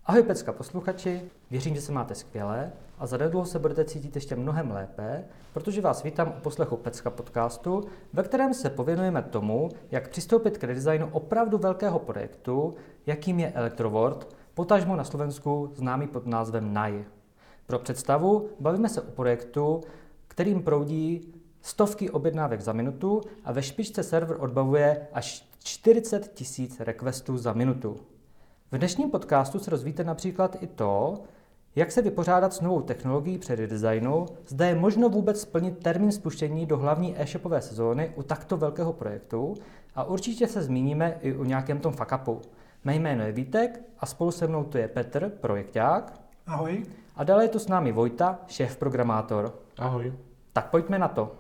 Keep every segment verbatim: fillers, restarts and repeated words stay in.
Ahoj Pecka posluchači, věřím, že se máte skvěle a zanedlouho se budete cítit ještě mnohem lépe, protože vás vítám u poslechu Pecka podcastu, ve kterém se pověnujeme tomu, jak přistoupit k redesignu opravdu velkého projektu, jakým je Electrovort, potažmo na Slovensku známý pod názvem N A I. Pro představu bavíme se o projektu, kterým proudí stovky objednávek za minutu a ve špičce server odbavuje až čtyřicet tisíc requestů za minutu. V dnešním podcastu se dozvíte například i to, jak se vypořádat s novou technologií při redesignu, zda je možno vůbec splnit termín spuštění do hlavní e-shopové sezóny u takto velkého projektu a určitě se zmíníme i o nějakém tom fuck-upu. Mé jméno je Vítek a spolu se mnou tu je Petr, projekťák. Ahoj. A dále je tu s námi Vojta, šéf-programátor. Ahoj. Tak pojďme na to.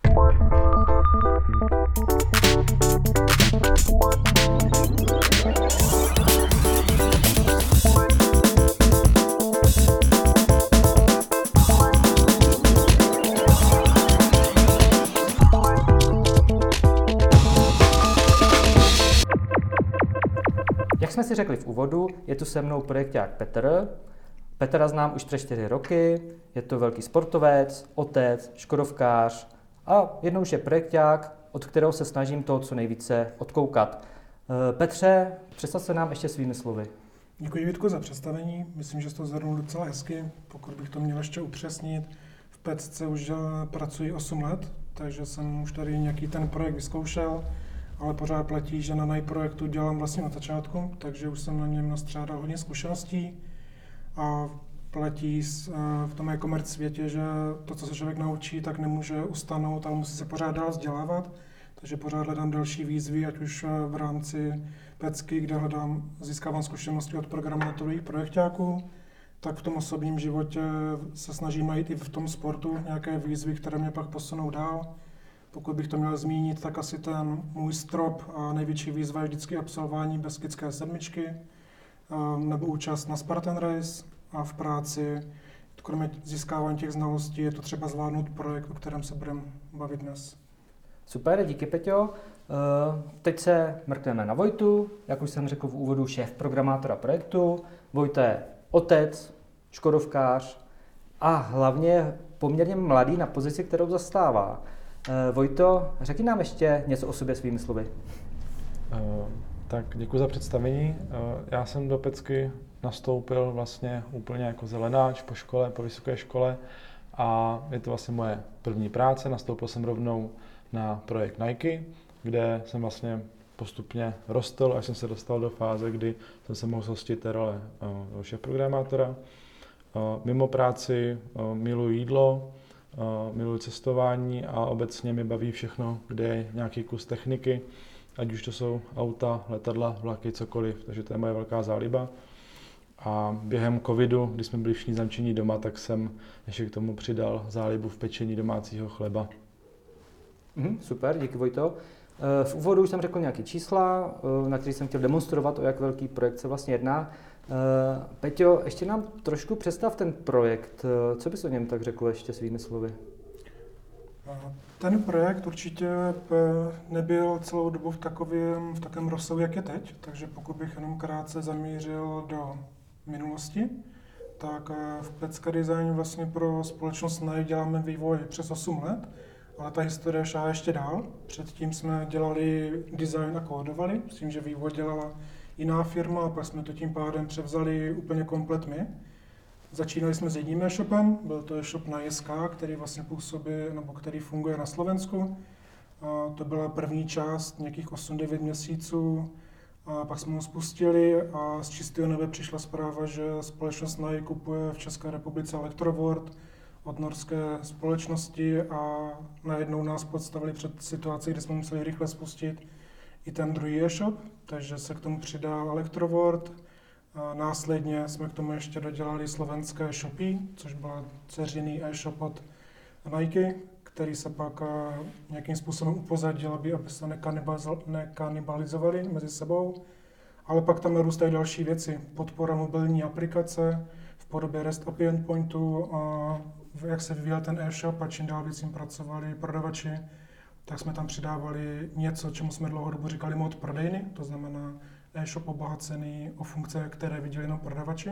Jak jsme si řekli v úvodu, je tu se mnou projekťák Petr. Petra znám už přes čtyři roky, je to velký sportovec, otec, škodovkář a jednou už je projekťák, od kterého se snažím toho co nejvíce odkoukat. Petře, představ se nám ještě svými slovy. Děkuji, Vítku, za představení. Myslím, že jsi to zhrnul docela hezky. Pokud bych to měl ještě upřesnit, v Pecce už pracuji osm let, takže jsem už tady nějaký ten projekt vyzkoušel, ale pořád platí, že na N A I projektu dělám vlastně od začátku, takže už jsem na něm nastřádal hodně zkušeností a platí v tom e-commerce světě, že to, co se člověk naučí, tak nemůže ustanout, ale musí se pořád dál vzdělávat, takže pořád hledám další výzvy, ať už v rámci Pecky, kde hledám, získávám zkušenosti od programátorů i projekťáků, tak v tom osobním životě se snažím najít i v tom sportu nějaké výzvy, které mě pak posunou dál. Pokud bych to měl zmínit, tak asi ten můj strop a největší výzva je vždycky absolvování Beskydské sedmičky nebo účast na Spartan Race a v práci, kromě získávání těch znalostí, je to třeba zvládnout projekt, o kterém se budeme bavit dnes. Super, díky Peťo. Teď se mrkneme na Vojtu, jak už jsem řekl v úvodu, šéf programátora projektu. Vojta je otec, škodovkář a hlavně poměrně mladý na pozici, kterou zastává. Vojto, řekni nám ještě něco o sobě svými slovy. Uh, tak děkuji za představení. Uh, já jsem do Pecky nastoupil vlastně úplně jako zelenáč po škole, po vysoké škole a je to vlastně moje první práce. Nastoupil jsem rovnou na projekt Nike, kde jsem vlastně postupně rostl, až jsem se dostal do fáze, kdy jsem se mohl zhostit té role uh, šéfprogramátora. Uh, mimo práci uh, miluji jídlo, Uh, miluji cestování a obecně mi baví všechno, kde je nějaký kus techniky, ať už to jsou auta, letadla, vlaky, cokoliv, takže to je moje velká záliba. A během covidu, kdy jsme byli všichni zamčení doma, tak jsem ještě k tomu přidal zálibu v pečení domácího chleba. Mm, super, díky Vojto. V úvodu už jsem řekl nějaké čísla, na který jsem chtěl demonstrovat, o jak velký projekt se vlastně jedná. Peťo, ještě nám trošku představ ten projekt. Co bys o něm tak řekl ještě svými slovy? Ten projekt určitě nebyl celou dobu v takovém, v takovém rozsahu, jak je teď, takže pokud bych jenom krátce zamířil do minulosti, tak v Pecka Design vlastně pro společnost N A I děláme vývoj přes osm let, ale ta historie šla ještě dál. Předtím jsme dělali design a kódovali, s tím, že vývoj dělala jiná firma a pak jsme to tím pádem převzali úplně komplet my. Začínali jsme s jedním e-shopem, byl to e-shop na J S K, který vlastně působí, nebo který funguje na Slovensku. A to byla první část, nějakých osm devět měsíců. A pak jsme ho spustili a z čistého nebe přišla zpráva, že společnost N A I kupuje v České republice Electrovort od norské společnosti a najednou nás podstavili před situaci, kdy jsme museli rychle spustit i ten druhý e-shop, takže se k tomu přidal Electrovort. A následně jsme k tomu ještě dodělali slovenské shopy, což byl dceřiný e-shop od Nike, který se pak nějakým způsobem upozadil, aby, aby se nekanibalizovali mezi sebou. Ale pak tam narůstají další věci. Podpora mobilní aplikace v podobě REST A P I endpointu a jak se vyvíjel ten e-shop a čím dál víc jim pracovali prodavači, tak jsme tam přidávali něco, čemu jsme dlouhodobu říkali mod prodejny, to znamená e-shop obohacený o funkce, které viděli jenom prodavači.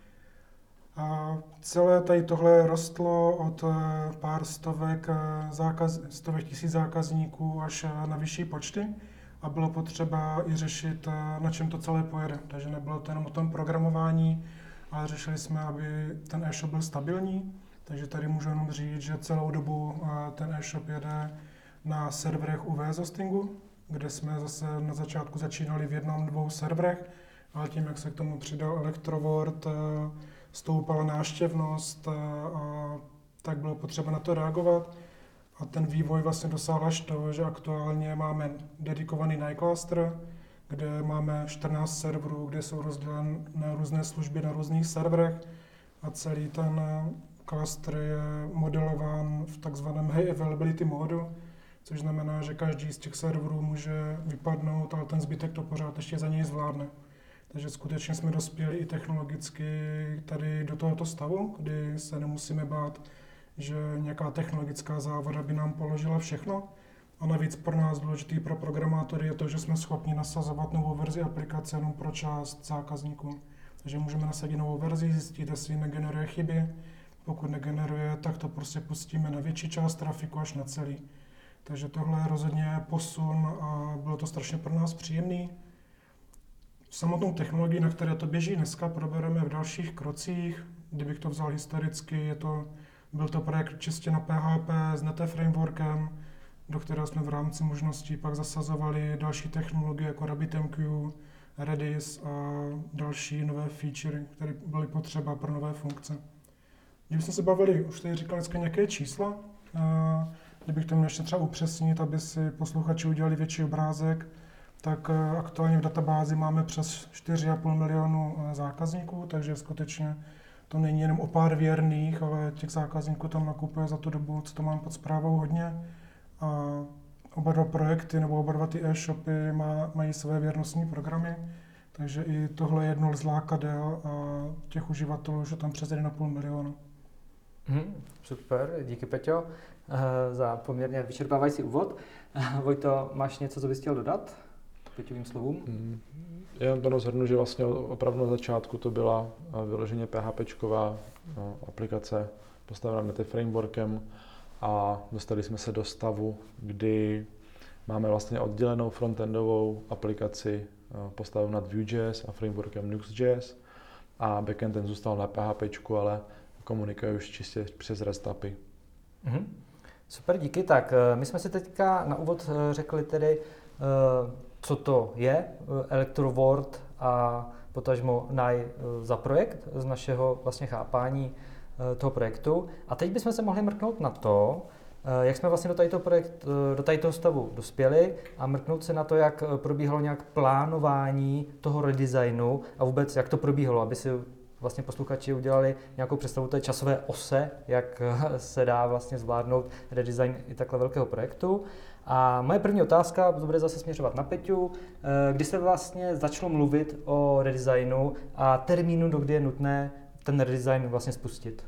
A celé tady tohle rostlo od pár stovek, zákaz, stovek tisíc zákazníků až na vyšší počty a bylo potřeba i řešit, na čem to celé pojede. Takže nebylo to jenom o tom programování, ale řešili jsme, aby ten e-shop byl stabilní. Takže tady můžu jenom říct, že celou dobu ten e-shop jede na serverech U V S hostingu, kde jsme zase na začátku začínali v jednom, dvou serverech, ale tím, jak se k tomu přidal Electrovort, stoupala návštěvnost, a tak bylo potřeba na to reagovat. A ten vývoj vlastně dosáhl až to, že aktuálně máme dedikovaný iCluster, kde máme čtrnáct serverů, kde jsou rozdělené různé služby na různých serverech a celý ten cluster je modelován v takzvaném high availability módu, což znamená, že každý z těch serverů může vypadnout, ale ten zbytek to pořád ještě za něj zvládne. Takže skutečně jsme dospěli i technologicky tady do tohoto stavu, kdy se nemusíme bát, že nějaká technologická závada by nám položila všechno. A navíc pro nás důležitý pro programátory je to, že jsme schopni nasazovat novou verzi aplikace jenom pro část zákazníků. Takže můžeme nasadit novou verzi, zjistit, jestli negeneruje chyby. Pokud negeneruje, tak to prostě pustíme na větší část trafiku až na celý. Takže tohle je rozhodně posun a bylo to strašně pro nás příjemný. Samotnou technologii, na které to běží dneska, probereme v dalších krocích. Kdybych to vzal historicky, je to, byl to projekt čistě na P H P s Net frameworkem, do kterého jsme v rámci možností pak zasazovali další technologie jako RabbitMQ, Redis a další nové featurey, které byly potřeba pro nové funkce. Kdybychom se bavili, už tady říkal dneska nějaké čísla, kdybych to měl ještě třeba upřesnit, aby si posluchači udělali větší obrázek, tak aktuálně v databázi máme přes čtyři a půl milionu zákazníků, takže skutečně to není jenom o pár věrných, ale těch zákazníků tam nakupuje za tu dobu, co to mám pod správou hodně. A oba dva projekty nebo oba dva ty e-shopy má, mají své věrnostní programy, takže i tohle je jedno z lákadel a těch uživatelů už je tam přes jeden a půl milionu. Hmm, super, díky Peťo za poměrně vyčerpávající úvod. Vojto, máš něco, co bys chtěl dodat Peťovým slovům? Hmm. Já to rozhodnu, že vlastně opravdu na začátku to byla vyloženě PHPčková aplikace postavená Net frameworkem a dostali jsme se do stavu, kdy máme vlastně oddělenou frontendovou aplikaci postavenou nad Vue.js a frameworkem Nuxt.js a backend ten zůstal na PHPčku, ale komunikuje už čistě přes REST A P I. Mm-hmm. Super, díky. Tak my jsme si teďka na úvod řekli tedy, co to je Electrovort a potažmo N I za projekt z našeho vlastně chápání toho projektu. A teď bychom se mohli mrknout na to, jak jsme vlastně do tady toho, projekt, do tady toho stavu dospěli a mrknout se na to, jak probíhalo nějak plánování toho redesignu a vůbec jak to probíhalo, aby si vlastně posluchači udělali nějakou představu té časové ose, jak se dá vlastně zvládnout redesign i takhle velkého projektu. A moje první otázka bude zase směřovat na Peťu, kdy se vlastně začalo mluvit o redesignu a termínu, do kdy je nutné ten redesign vlastně spustit.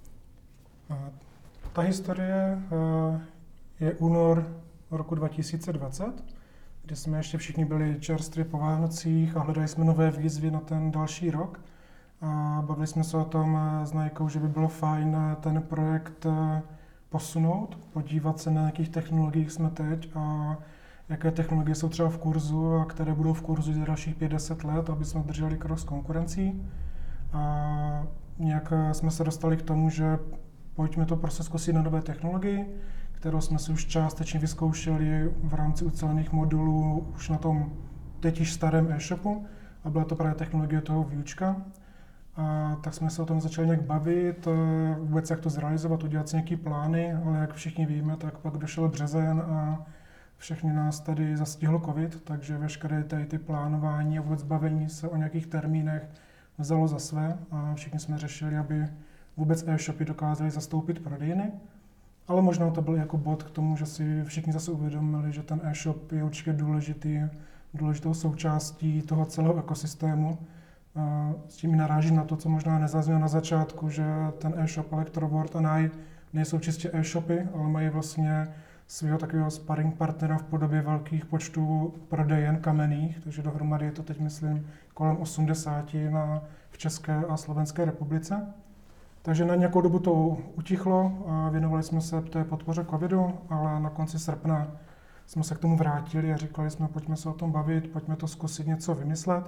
Ta historie je únor roku dva tisíce dvacet, kdy jsme ještě všichni byli čerství po Vánocích a hledali jsme nové výzvy na ten další rok. A bavili jsme se o tom s Najkou, že by bylo fajn ten projekt posunout, podívat se, na jakých technologiích jsme teď a jaké technologie jsou třeba v kurzu a které budou v kurzu za dalších pět deset let, aby jsme drželi krok s konkurencí. A nějak jsme se dostali k tomu, že pojďme to prostě zkusit na nové technologii, kterou jsme si už částečně vyzkoušeli v rámci ucelených modulů už na tom teď již starém e-shopu a byla to právě technologie toho Vuečka. A tak jsme se o tom začali nějak bavit, vůbec jak to zrealizovat, udělat si nějaký plány, ale jak všichni víme, tak pak došel březen a všechny nás tady zastihlo covid, takže veškeré tady ty plánování a vůbec bavení se o nějakých termínech vzalo za své a všichni jsme řešili, aby vůbec e-shopy dokázali zastoupit prodejny. Ale možná to byl jako bod k tomu, že si všichni zase uvědomili, že ten e-shop je určitě důležitý, důležitou součástí toho celého ekosystému. S tím naráží na to, co možná nezaznělo na začátku, že ten e-shop Electrovort a N I nejsou čistě e-shopy, ale mají vlastně svého takového sparring partnera v podobě velkých počtů prodejen kamenných, takže dohromady je to teď, myslím, kolem osmdesáti na, v České a Slovenské republice. Takže na nějakou dobu to utichlo a věnovali jsme se té podpoře covidu, ale na konci srpna jsme se k tomu vrátili a říkali jsme, pojďme se o tom bavit, pojďme to zkusit něco vymyslet.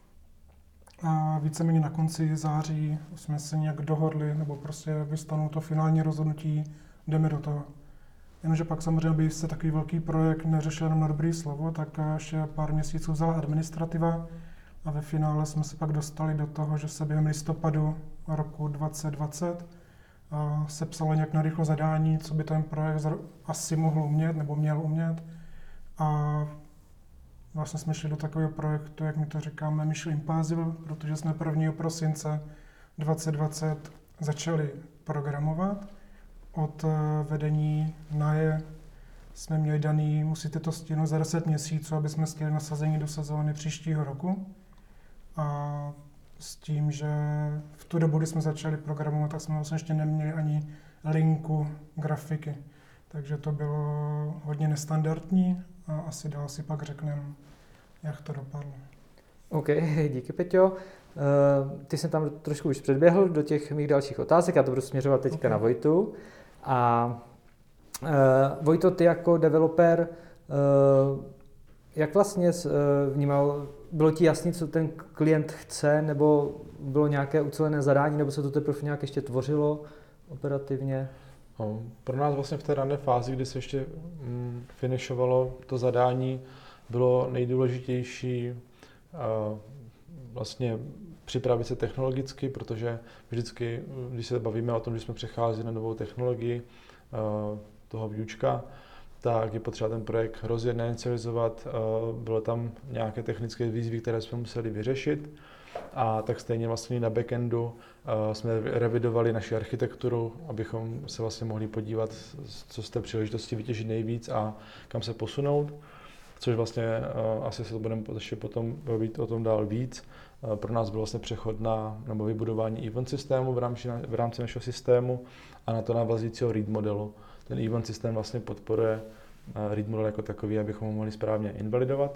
A víceméně na konci září jsme se nějak dohodli, nebo prostě vystanou to finální rozhodnutí, jdeme do toho. Jenomže pak samozřejmě, by se takový velký projekt neřešil jenom na dobrý slovo, tak ještě pár měsíců vzala administrativa a ve finále jsme se pak dostali do toho, že se během listopadu roku dvacet dvacet sepsalo nějak na rychlo zadání, co by ten projekt asi mohl umět nebo měl umět. A vlastně jsme šli do takového projektu, jak my to říkáme, Mission Impossible, protože jsme prvního prosince dvacet dvacet začali programovat. Od vedení N A E jsme měli daný, musíte to stihnout za deset měsíců, aby jsme stihli nasazení do sezóny příštího roku. A s tím, že v tu dobu, kdy jsme začali programovat, tak jsme vlastně ještě neměli ani linku grafiky. Takže to bylo hodně nestandardní a asi dál si pak řekneme, jak to dopadlo. OK, díky Peťo. Uh, ty jsem tam trošku už předběhl do těch mých dalších otázek, já to budu směřovat teďka okay. na Vojtu. A uh, Vojto, ty jako developer, uh, jak vlastně uh, vnímal, bylo ti jasný, co ten klient chce, nebo bylo nějaké ucelené zadání, nebo se to teprve nějak ještě tvořilo operativně? No, pro nás vlastně v té rané fázi, kdy se ještě mm, finišovalo to zadání, bylo nejdůležitější uh, vlastně připravit se technologicky, protože vždycky, když se bavíme o tom, že jsme přecházeli na novou technologii uh, toho výučka, tak je potřeba ten projekt rozjet, neinicializovat. Uh, bylo tam nějaké technické výzvy, které jsme museli vyřešit. A tak stejně vlastně na backendu uh, jsme revidovali naši architekturu, abychom se vlastně mohli podívat, co z té příležitosti vytěžit nejvíc a kam se posunout. Což vlastně uh, asi se to budeme ještě potom bavit o tom dál víc. Uh, pro nás byl vlastně přechod na nebo vybudování event systému v rámci, v rámci našeho systému a na to navazujícího read modelu. Ten event systém vlastně podporuje uh, read model jako takový, abychom ho mohli správně invalidovat.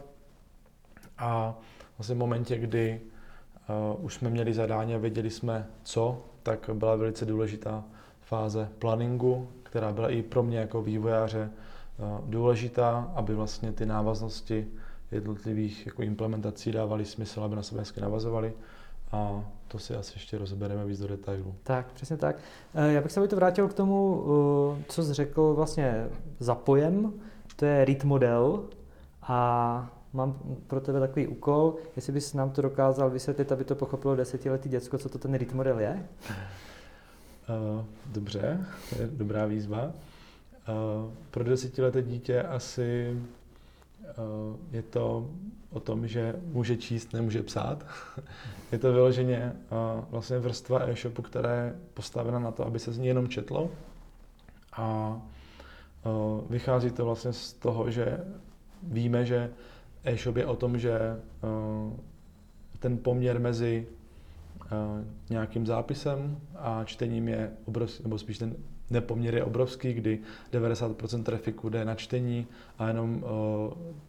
A vlastně v momentě, kdy Uh, už jsme měli zadání a věděli jsme co, tak byla velice důležitá fáze planningu, která byla i pro mě jako vývojáře uh, důležitá, aby vlastně ty návaznosti jednotlivých jako implementací dávaly smysl, aby na sebe hezky navazovaly. A to si asi ještě rozebereme víc do detailu. Tak, přesně tak. Já bych se to vrátil k tomu, co jsi řekl vlastně za pojem, to je read model a mám pro tebe takový úkol, jestli bys nám to dokázal vysvětlit, aby to pochopilo desetiletý děcko, co to ten read model je? Uh, dobře, to je dobrá výzva. Uh, pro desetileté dítě asi uh, je to o tom, že může číst, nemůže psát. Je to vyloženě uh, vlastně vrstva e-shopu, která je postavena na to, aby se z ní jenom četlo. A uh, vychází to vlastně z toho, že víme, že e-shop je o tom, že uh, ten poměr mezi uh, nějakým zápisem a čtením je obrovský, nebo spíš ten nepoměr je obrovský, kdy devadesát procent trafiku jde na čtení a jenom uh,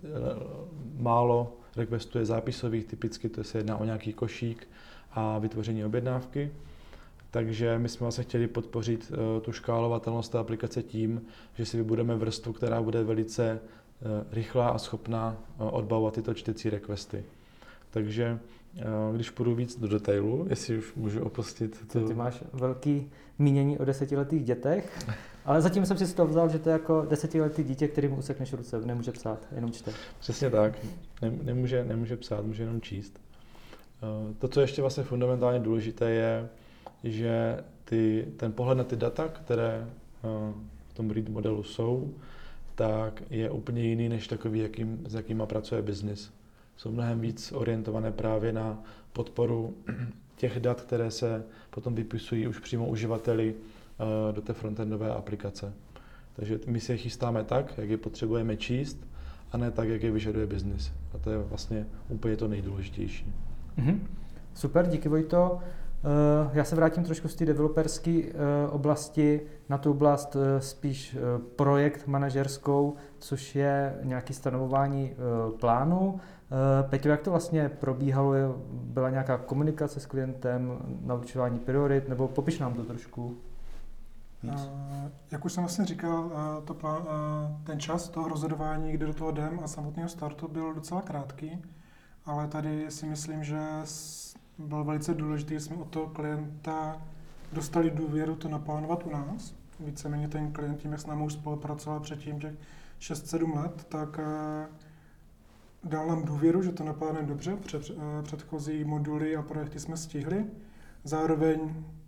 málo requestů je zápisových, typicky to se jedná o nějaký košík a vytvoření objednávky. Takže my jsme vlastně chtěli podpořit uh, tu škálovatelnost té aplikace tím, že si vybudeme vrstvu, která bude velice rychlá a schopná odbavovat tyto čtecí requesty. Takže když půjdu víc do detailu, jestli už můžu opustit... Tu... Ty máš velký mínění o desetiletých dětech, ale zatím jsem si to vzal, že to je jako desetiletý dítě, kterým usekneš ruce, nemůže psát, jenom čte. Přesně tak, nemůže, nemůže psát, může jenom číst. To, co je ještě vlastně fundamentálně důležité, je, že ty, ten pohled na ty data, které v tom read modelu jsou, tak je úplně jiný než takový, jakým, s jakýma pracuje biznis. Jsou mnohem víc orientované právě na podporu těch dat, které se potom vypisují už přímo uživateli uh, do té frontendové aplikace. Takže my si je chystáme tak, jak je potřebujeme číst, a ne tak, jak je vyžaduje biznis. A to je vlastně úplně to nejdůležitější. Mm-hmm. Super, díky Vojto. Já se vrátím trošku z té developerské oblasti na tu oblast spíš projekt manažerskou, což je nějaké stanovování plánu. Peťo, jak to vlastně probíhalo? Byla nějaká komunikace s klientem, naučování priorit, nebo popiš nám to trošku víc? Jak už jsem vlastně říkal, to plán, ten čas toho rozhodování, kdy do toho jdem a samotného startu byl docela krátký, ale tady si myslím, že bylo velice důležité, že jsme od toho klienta dostali důvěru to naplánovat u nás. Víceméně ten klient, tím, jak s námi už spolupracoval předtím těch šest sedm let, tak dal nám důvěru, že to naplánujeme dobře, před, předchozí moduly a projekty jsme stihli. Zároveň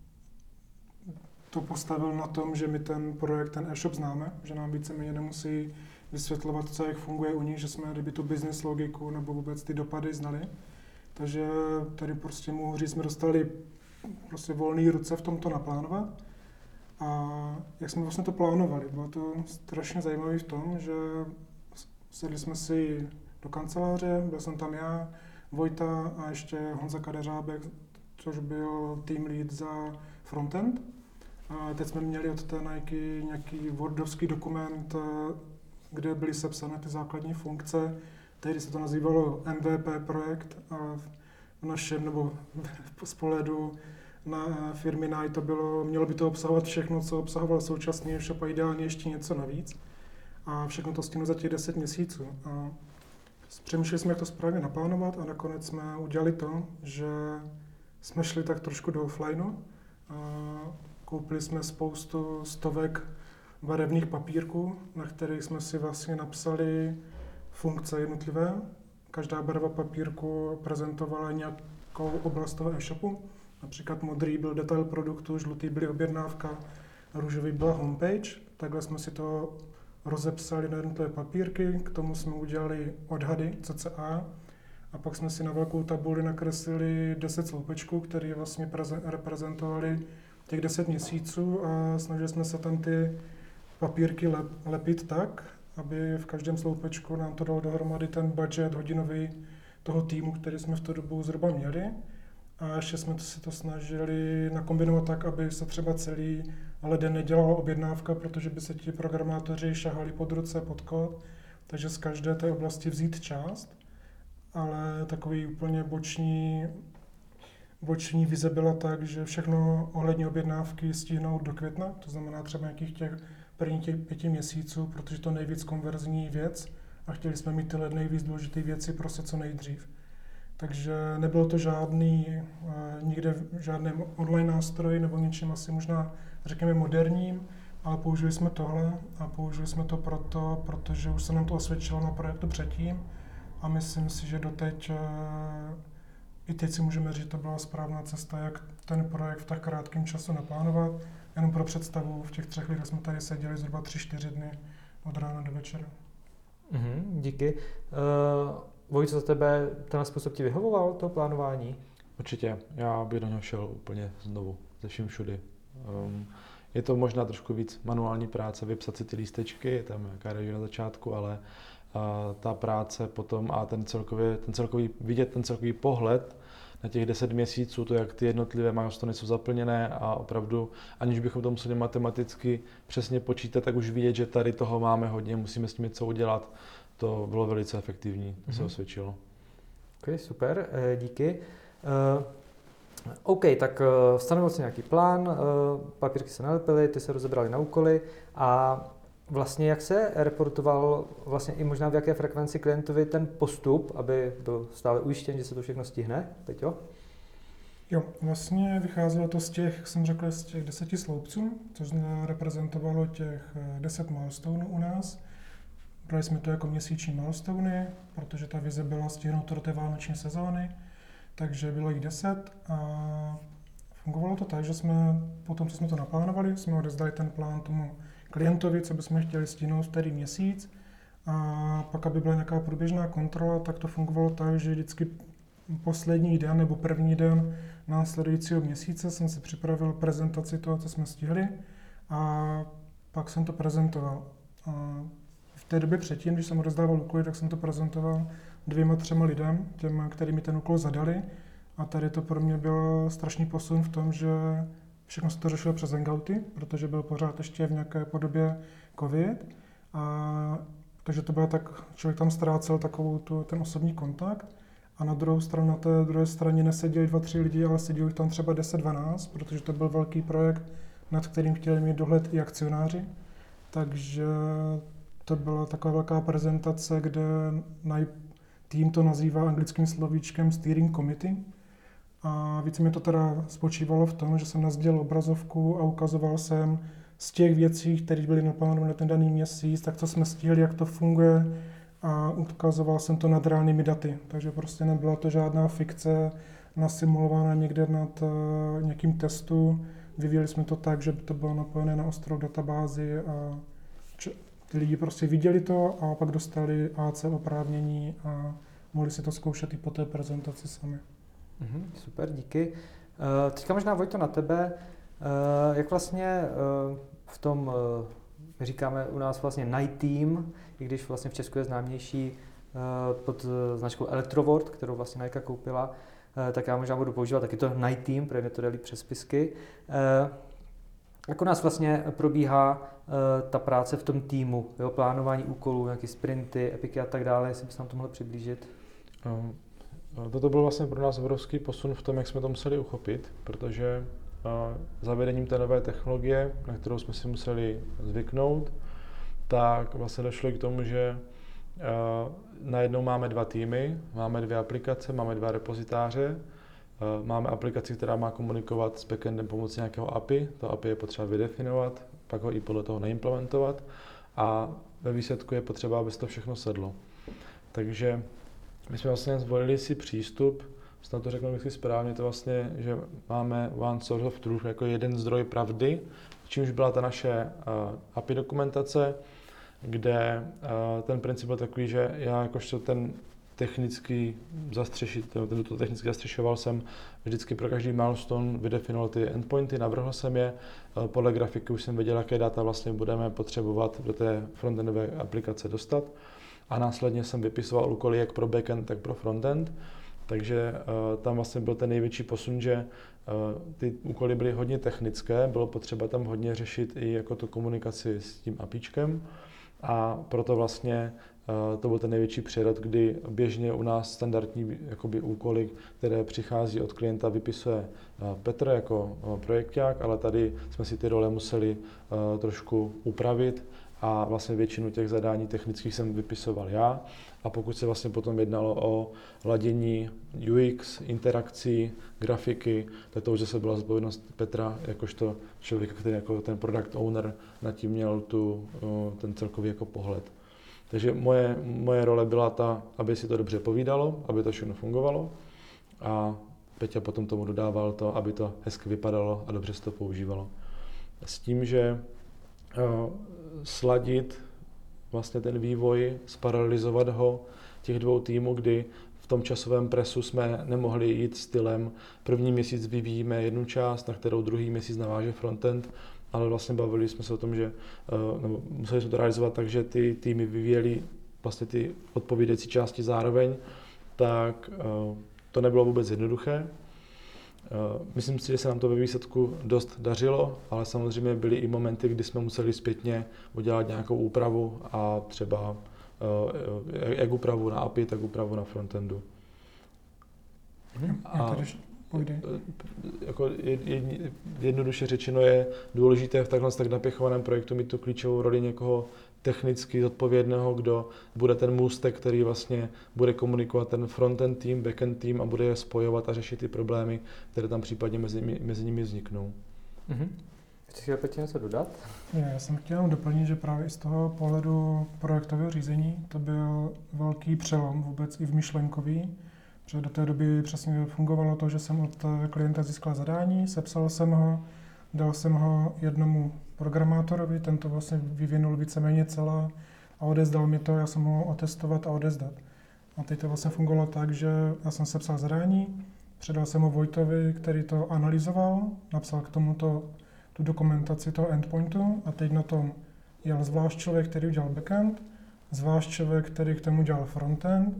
to postavil na tom, že my ten projekt, ten e-shop známe, že nám víceméně nemusí vysvětlovat, co jak funguje u nich, že jsme kdyby tu business logiku nebo vůbec ty dopady znali. Takže tady prostě mohu říct, jsme dostali prostě volné ruce v tomto naplánovat. A jak jsme vlastně to plánovali, bylo to strašně zajímavé v tom, že sedli jsme si do kanceláře, byl jsem tam já, Vojta a ještě Honza Kadeřábek, což byl team lead za frontend. A teď jsme měli od té Nike nějaký wordovský dokument, kde byly sepsané ty základní funkce. Tehdy se to nazývalo M V P projekt a v našem, nebo z pohledu na firmy Nike to bylo, mělo by to obsahovat všechno, co obsahoval současný e-shop a ideálně ještě něco navíc. A všechno to stihnu za těch deset měsíců. A přemýšleli jsme, jak to správně naplánovat a nakonec jsme udělali to, že jsme šli tak trošku do offlineu. Koupili jsme spoustu stovek barevných papírků, na kterých jsme si vlastně napsali funkce jednotlivé. Každá barva papírku prezentovala nějakou oblast toho e-shopu. Například modrý byl detail produktu, žlutý byly objednávka, růžový byla homepage. Takhle jsme si to rozepsali na jednotlivé papírky, k tomu jsme udělali odhady cca a pak jsme si na velkou tabuli nakreslili deset sloupečků, které vlastně reprezentovaly těch deset měsíců a snažili jsme se tam ty papírky lep, lepit tak, aby v každém sloupečku nám to dalo dohromady ten budget hodinový toho týmu, který jsme v tu dobu zhruba měli. A ještě jsme se to snažili nakombinovat tak, aby se třeba celý leden nedělala objednávka, protože by se ti programátoři šahali pod ruce, pod kód, takže z každé té oblasti vzít část, ale takový úplně boční Boční vize byla tak, že všechno ohledně objednávky stihnout do května, to znamená třeba nějakých těch prvních těch pěti měsíců, protože to je nejvíc konverzní věc a chtěli jsme mít tyhle nejvíc důležité věci prostě co nejdřív. Takže nebylo to žádný, nikde žádný online nástroj nebo něčím asi možná řekněme moderním, ale použili jsme tohle a použili jsme to proto, protože už se nám to osvědčilo na projektu předtím a myslím si, že doteď i teď si můžeme říct, že to byla správná cesta, jak ten projekt v tak krátkém času naplánovat. Jenom pro představu, v těch třech lidech jsme tady seděli zhruba tři čtyři dny od rána do večera. Mm-hmm, díky. Uh, Vojt, co za tebe ten způsob ti vyhovoval, to plánování? Určitě, já bych do něho šel úplně znovu, ze vším všudy. Um, je to možná trošku víc manuální práce, vypsat si ty lístečky, je tam nějaká režie na začátku, ale a ta práce potom a ten celkový, ten celkový, vidět ten celkový pohled na těch deset měsíců, to jak ty jednotlivé milestony jsou zaplněné a opravdu, aniž bychom to museli matematicky přesně počítat, tak už vidět, že tady toho máme hodně, musíme s tím něco udělat, to bylo velice efektivní, to mm-hmm. se osvědčilo. Ok, super, díky. Uh, OK, tak uh, stanovil si nějaký plán, uh, papírky se nalepily, ty se rozebrali na úkoly a vlastně jak se reportoval vlastně i možná v jaké frekvenci klientovi ten postup, aby byl stále ujištěn, že se to všechno stihne? Peťo? Jo, vlastně vycházelo to z těch, jak jsem řekl, z těch deseti sloupců, což reprezentovalo těch deset milestoneů u nás. Brali jsme to jako měsíční milestony, protože ta vize byla stihnout do té vánoční sezóny, takže bylo jich deset a fungovalo to tak, že jsme potom, co jsme to naplánovali, jsme odezdali ten plán tomu klientovi, co bychom chtěli stihnout v který měsíc a pak, aby byla nějaká průběžná kontrola, tak to fungovalo tak, že vždycky poslední den nebo první den následujícího měsíce jsem si připravil prezentaci toho, co jsme stihli a pak jsem to prezentoval. A v té době předtím, když jsem rozdával úkoly, tak jsem to prezentoval dvěma, třema lidem, těm, kterými ten úkol zadali A tady to pro mě byl strašný posun v tom, že všechno se to řešilo přes Hangouty, protože byl pořád ještě v nějaké podobě covid. A takže to bylo tak, člověk tam ztrácel takovou tu, ten osobní kontakt. A na druhou stranu, na té druhé straně neseděli dva, tři lidi, ale seděli tam třeba deset dvanáct, protože to byl velký projekt, nad kterým chtěli mít dohled i akcionáři. Takže to byla taková velká prezentace, kde tým to nazývá anglickým slovíčkem Steering Committee. A více mi to teda spočívalo v tom, že jsem nazdělil obrazovku a ukazoval jsem z těch věcí, které byly naplánované na ten daný měsíc, tak co jsme stihli, jak to funguje, a ukazoval jsem to nad reálnými daty. Takže prostě nebyla to žádná fikce nasimulovaná někde nad uh, nějakým testu. Vyvíjeli jsme to tak, že by to bylo napojené na ostrou databázi a č- ty lidi prostě viděli to a pak dostali A C oprávnění a mohli si to zkoušet i po té prezentaci sami. Mm-hmm, super, díky. Uh, teďka možná, Vojto, na tebe. Uh, jak vlastně uh, v tom, uh, říkáme u nás vlastně Night Team, i když vlastně v Česku je známější uh, pod značkou Electrovort, kterou vlastně Nike koupila, uh, tak já možná budu používat taky to Night Team, protože mě to jde líp přes spisky. Uh, jak u nás vlastně probíhá uh, ta práce v tom týmu, jo, plánování úkolů, nějaké sprinty, epiky a tak dále, jestli bys nám to mohl přiblížit? Um. Toto byl vlastně pro nás obrovský posun v tom, jak jsme to museli uchopit, protože zavedením té nové technologie, na kterou jsme si museli zvyknout, tak vlastně došlo k tomu, že najednou máme dva týmy, máme dvě aplikace, máme dva repozitáře, máme aplikaci, která má komunikovat s backendem pomocí nějakého A P I, to A P I je potřeba vydefinovat, pak ho i podle toho neimplementovat a ve výsledku je potřeba, aby se to všechno sedlo. Takže my jsme vlastně zvolili si přístup, snad to řeknu vždycky správně, to vlastně, že máme one source of truth jako jeden zdroj pravdy, čímž byla ta naše uh, A P I dokumentace, kde uh, ten princip byl takový, že já jakožto ten technický zastřešitel, tento technicky zastřešoval jsem vždycky pro každý milestone, vydefinoval ty endpointy, navrhl jsem je, uh, podle grafiky už jsem věděl, jaké data vlastně budeme potřebovat do té frontendové aplikace dostat. A následně jsem vypisoval úkoly jak pro backend, tak pro frontend. Takže uh, tam vlastně byl ten největší posun, že uh, ty úkoly byly hodně technické, bylo potřeba tam hodně řešit i jako tu komunikaci s tím APIčkem. A proto vlastně uh, to byl ten největší přerod, kdy běžně u nás standardní jakoby, úkoly, které přichází od klienta, vypisuje uh, Petr jako uh, projekták, ale tady jsme si ty role museli uh, trošku upravit. A vlastně většinu těch zadání technických jsem vypisoval já. A pokud se vlastně potom jednalo o ladění U X, interakcí, grafiky, tak to už zase byla zodpovědnost Petra, jakožto člověka, který jako ten product owner nad tím měl tu, ten celkový jako pohled. Takže moje, moje role byla ta, aby si to dobře povídalo, aby to všechno fungovalo. A Peťa potom tomu dodával to, aby to hezky vypadalo a dobře se to používalo. S tím, že sladit vlastně ten vývoj, sparalelizovat ho těch dvou týmů, kdy v tom časovém presu jsme nemohli jít stylem první měsíc vyvíjíme jednu část, na kterou druhý měsíc naváže frontend, ale vlastně bavili jsme se o tom, že nebo museli jsme to realizovat tak, že ty týmy vyvíjeli vlastně ty odpovídající části zároveň, tak to nebylo vůbec jednoduché. Myslím si, že se nám to ve výsledku dost dařilo, ale samozřejmě byly i momenty, kdy jsme museli zpětně udělat nějakou úpravu a třeba jak úpravu na A P I, tak úpravu na frontendu. A jako jednoduše řečeno je důležité v takhle tak napěchovaném projektu mít tu klíčovou roli někoho technicky zodpovědného, kdo bude ten můstek, který vlastně bude komunikovat ten frontend tým, backend tým a bude je spojovat a řešit ty problémy, které tam případně mezi, mezi nimi vzniknou. Mm-hmm. Chci si opět něco dodat? Já jsem chtěl doplnit, že právě i z toho pohledu projektového řízení to byl velký přelom vůbec i v myšlenkový, protože do té doby přesně fungovalo to, že jsem od klienta získal zadání, sepsal jsem ho, dal jsem ho jednomu programátorovi, ten to vlastně vyvinul víceméně celá a odezdal mi to, já jsem ho otestovat a odezdat. A teď to vlastně fungovalo tak, že já jsem sepsal zadání, předal jsem ho Vojtovi, který to analyzoval, napsal k tomuto tu dokumentaci toho endpointu a teď na tom jel zvlášť člověk, který udělal backend, zvlášť člověk, který k tomu dělal frontend,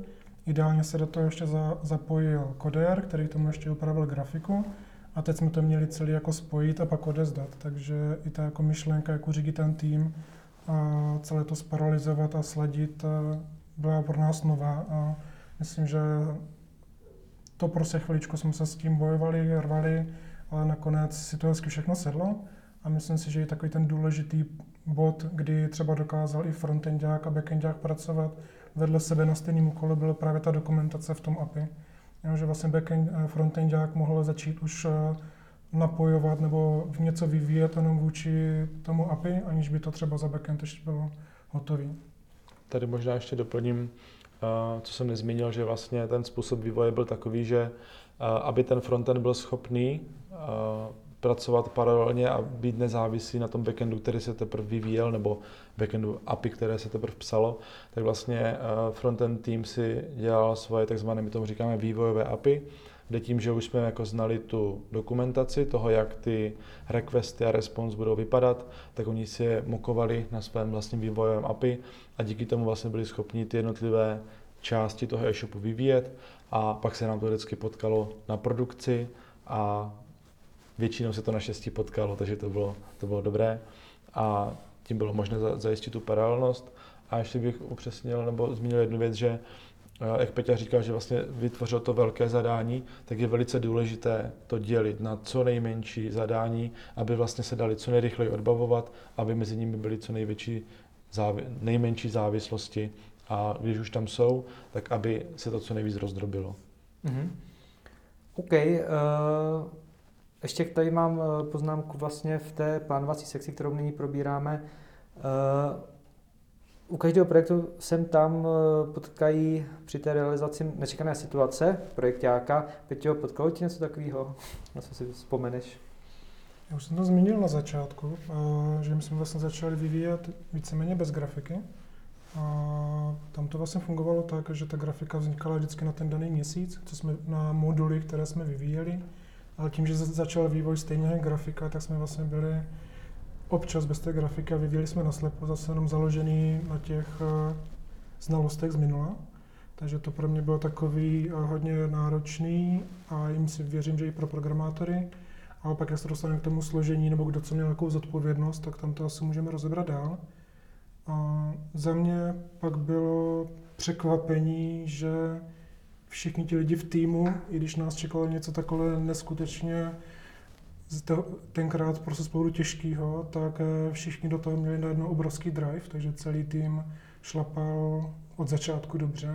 Ideálně se do toho ještě za, zapojil kodér, který tomu ještě upravil grafiku. A teď jsme to měli celý jako spojit a pak odezdat. Takže i ta jako myšlenka, jak uřídit ten tým a celé to sparalizovat a sladit, byla pro nás nová. A myslím, že to prostě chviličku jsme se s tím bojovali, rvali, ale nakonec si to hezky všechno sedlo. A myslím si, že je takový ten důležitý bod, kdy třeba dokázal i frontendák a backendák pracovat vedle sebe na stejném úkolu, byla právě ta dokumentace v tom A P I. Jo, že vlastně backend, frontendák mohl začít už napojovat nebo něco vyvíjet jenom vůči tomu A P I, aniž by to třeba za backend ještě bylo hotový. Tady možná ještě doplním, co jsem nezmínil, že vlastně ten způsob vývoje byl takový, že aby ten frontend byl schopný pracovat paralelně a být nezávislý na tom backendu, který se teprve vyvíjel, nebo backendu A P I, které se teprve psalo, tak vlastně frontend tým si dělal svoje takzvané, my tomu říkáme vývojové A P I, kde tím, že už jsme jako znali tu dokumentaci toho, jak ty requesty a response budou vypadat, tak oni si je mokovali na svém vlastním vývojovém A P I a díky tomu vlastně byli schopni ty jednotlivé části toho e-shopu vyvíjet a pak se nám to vždycky potkalo na produkci a většinou se to naštěstí potkalo, takže to bylo, to bylo dobré a tím bylo možné zajistit tu paralelnost. A ještě bych upřesnil nebo zmínil jednu věc, že jak Peťa říkal, že vlastně vytvořil to velké zadání, tak je velice důležité to dělit na co nejmenší zadání, aby vlastně se dali co nejrychleji odbavovat, aby mezi nimi byly co největší závi- nejmenší závislosti a když už tam jsou, tak aby se to co nejvíc rozdrobilo. Mm-hmm. OK. Uh... Ještě tady mám poznámku vlastně v té plánovací sekci, kterou nyní probíráme. U každého projektu sem tam potkají při té realizaci nečekané situace projekťáka. Peťo, potkalo ti něco takového? Na co si vzpomeneš? Já už jsem to zmínil na začátku, že my jsme vlastně začali vyvíjet víceméně bez grafiky. A tam to vlastně fungovalo tak, že ta grafika vznikala vždycky na ten daný měsíc, co jsme na moduly, které jsme vyvíjeli. Ale tím, že začal vývoj stejně jako grafika, tak jsme vlastně byli občas bez té grafiky a vyvíjeli jsme naslepo, zase jenom založený na těch uh, znalostech z minula. Takže to pro mě bylo takový uh, hodně náročný a jim si věřím, že i pro programátory. Ale pak, jak se dostaneme k tomu složení, nebo kdo co měl jakou zodpovědnost, tak tam to asi můžeme rozebrat dál. A za mě pak bylo překvapení, že všichni ti lidi v týmu, i když nás čekalo něco takové neskutečně tenkrát prostě spolu těžkého, tak všichni do toho měli najednou obrovský drive, takže celý tým šlapal od začátku dobře.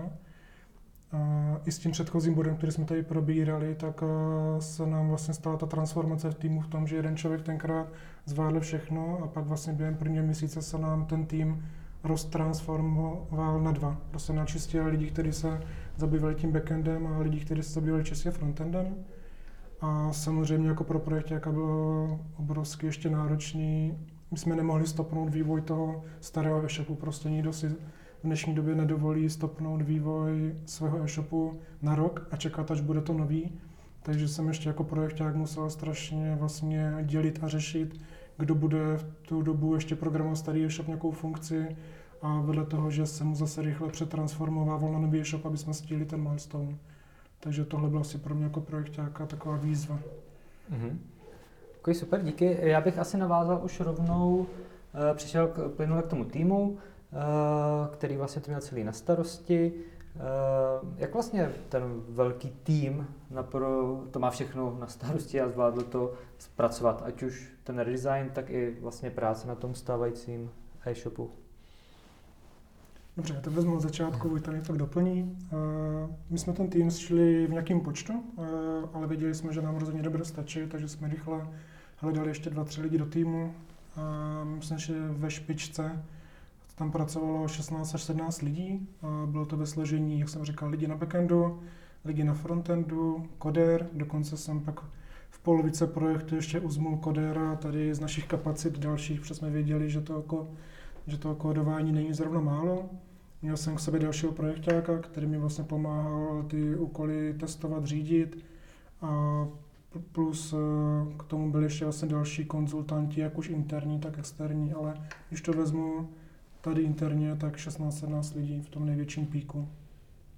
A i s tím předchozím bodem, který jsme tady probírali, tak se nám vlastně stala ta transformace v týmu v tom, že jeden člověk tenkrát zvládl všechno a pak vlastně během prvního měsíce se nám ten tým roztransformoval na dva. Prostě na čistě lidi, kteří se zabývali tím backendem a lidi, kteří se zabývali čistě frontendem. A samozřejmě jako pro projekt, jaká bylo obrovsky ještě náročný, my jsme nemohli stopnout vývoj toho starého e-shopu. Prostě nikdo si v dnešní době nedovolí stopnout vývoj svého e-shopu na rok a čekat, až bude to nový. Takže jsem ještě jako projekták musel strašně vlastně dělit a řešit, kdo bude v tu dobu ještě programovat starý e-shop nějakou funkci a vedle toho, že se mu zase rychle přetransformovával na nový e-shop, aby jsme stihli ten milestone. Takže tohle bylo asi pro mě jako projektáka taková výzva. Mm-hmm. Okay, super, díky. Já bych asi navázal už rovnou, uh, přišel k, plynule k tomu týmu, uh, který vlastně to měl celý na starosti. Uh, jak vlastně ten velký tým napro, to má všechno na starosti a zvládl to zpracovat, ať už ten redesign, tak i vlastně práce na tom stávajícím e-shopu? Dobře, já to vezmu od začátku, Vojta mě to doplní. Uh, my jsme ten tým šli v nějakém počtu, uh, ale věděli jsme, že nám rozhodně nebude stačit, takže jsme rychle hledali ještě dva, tři lidi do týmu. Uh, myslím, že ve špičce tam pracovalo šestnáct až sedmnáct lidí. Uh, bylo to ve složení, jak jsem říkal, lidi na backendu, lidi na frontendu, kodér, dokonce jsem pak v polovice projektu ještě uzmul kodéra tady z našich kapacit dalších, protože jsme věděli, že to jako že to kódování není zrovna málo. Měl jsem k sobě dalšího projektáka, který mi vlastně pomáhal ty úkoly testovat, řídit. A plus k tomu byli ještě vlastně další konzultanti, jak už interní, tak externí, ale když to vezmu tady interně, tak šestnáct sedmnáct lidí v tom největším píku.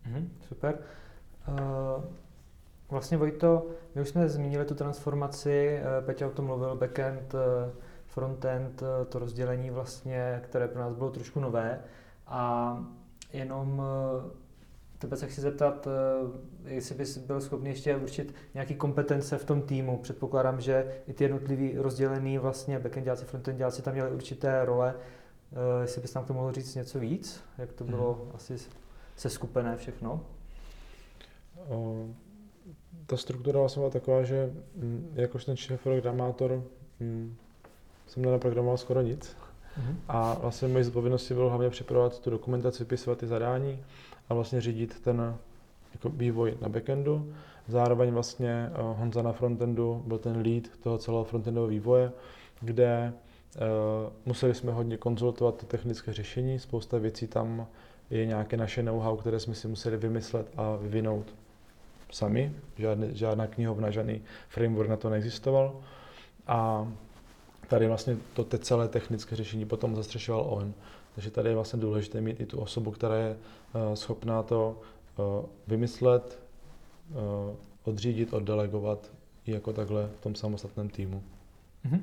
Mhm, super. Uh, vlastně Vojto, my už jsme zmínili tu transformaci, Peťa o tom mluvil, backend, frontend, to rozdělení vlastně, které pro nás bylo trošku nové. A jenom tebe se chci zeptat, jestli bys byl schopný ještě určit nějaké kompetence v tom týmu. Předpokládám, že i ty jednotlivý rozdělený vlastně backendáci, frontendáci tam měli určité role. Jestli bys nám k tomu mohl říct něco víc, jak to bylo hmm. asi seskupené všechno? O, ta struktura vlastně byla taková, že jakož ten šéf programátor jsem nenaprogramoval skoro nic. Mm-hmm. A vlastně mojí zodpovědností bylo hlavně připravovat tu dokumentaci, vypisovat ty zadání a vlastně řídit ten jako vývoj na backendu. Zároveň vlastně uh, Honza na frontendu byl ten lead toho celého frontendového vývoje, kde uh, museli jsme hodně konzultovat to technické řešení. Spousta věcí tam je nějaké naše know-how, které jsme si museli vymyslet a vyvinout sami. Žádný, žádná knihovna, žádný framework na to neexistoval. A tady vlastně to te celé technické řešení potom zastřešoval on. Takže tady je vlastně důležité mít i tu osobu, která je uh, schopná to uh, vymyslet, uh, odřídit, oddelegovat i jako takhle v tom samostatném týmu. Mm-hmm.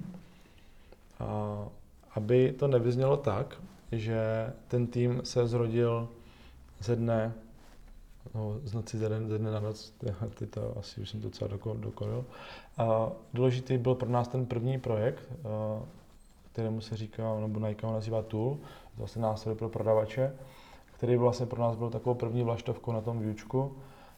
A aby to nevyznělo tak, že ten tým se zrodil ze dne, no, z noci ze dne, ze dne na noc, ty to asi už jsem to docela dokonil. A důležitý byl pro nás ten první projekt, uh, kterému se říká, nebo Nike ho nazývá Tool, to vlastně nástroj pro prodavače, který vlastně pro nás byl takovou první vlaštovkou na tom výučku.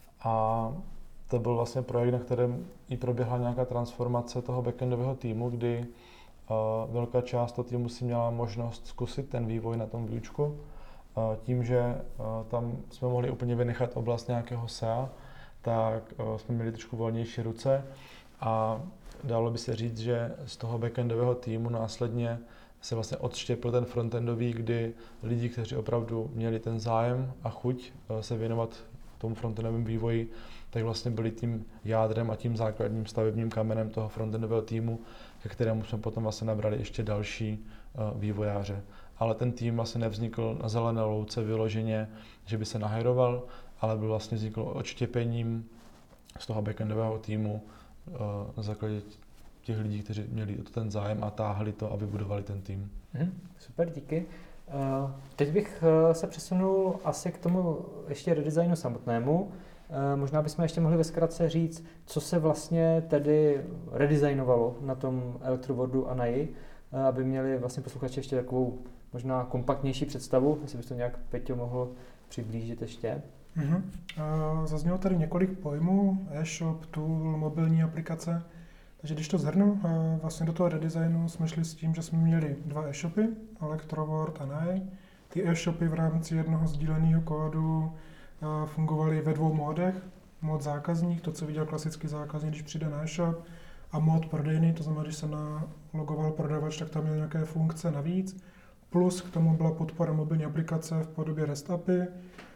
A to byl vlastně projekt, na kterém i proběhla nějaká transformace toho backendového týmu, kdy uh, velká část toho týmu si měla možnost zkusit ten vývoj na tom výučku. Uh, tím, že uh, tam jsme mohli úplně vynechat oblast nějakého S E A, tak uh, jsme měli trošku volnější ruce a dalo by se říct, že z toho backendového týmu následně se vlastně odštěpil ten frontendový, kdy lidi, kteří opravdu měli ten zájem a chuť uh, se věnovat tomu frontendovému vývoji, tak vlastně byli tím jádrem a tím základním stavebním kamenem toho frontendového týmu, ke kterému jsme potom vlastně nabrali ještě další uh, vývojáře. Ale ten tým vlastně nevznikl na zelené louce vyloženě, že by se nahajroval, ale byl vlastně vznikl odštěpením z toho backendového týmu uh, na základě těch lidí, kteří měli ten zájem a táhli to a vybudovali ten tým. Hmm, super, díky. Uh, teď bych uh, se přesunul asi k tomu ještě redesignu samotnému. Uh, možná bychom ještě mohli ve zkratce říct, co se vlastně tedy redesignovalo na tom Electrowordu a N A I, uh, aby měli vlastně posluchači ještě takovou možná kompaktnější představu, jestli bys to nějak, Peťo, mohl přiblížit ještě. Uh-huh. Uh, zaznělo tady několik pojmů, e-shop, tool, mobilní aplikace. Takže když to shrnu, uh, vlastně do toho redesignu jsme šli s tím, že jsme měli dva e-shopy, Electroword a N A I. Ty e-shopy v rámci jednoho sdíleného kódu uh, fungovaly ve dvou módech. Mód zákazník, to, co viděl klasický zákazník, když přijde na e-shop, a mód prodejný, to znamená, když se nalogoval prodavač, tak tam měl nějaké funkce navíc. Plus k tomu byla podpora mobilní aplikace v podobě REST A P I.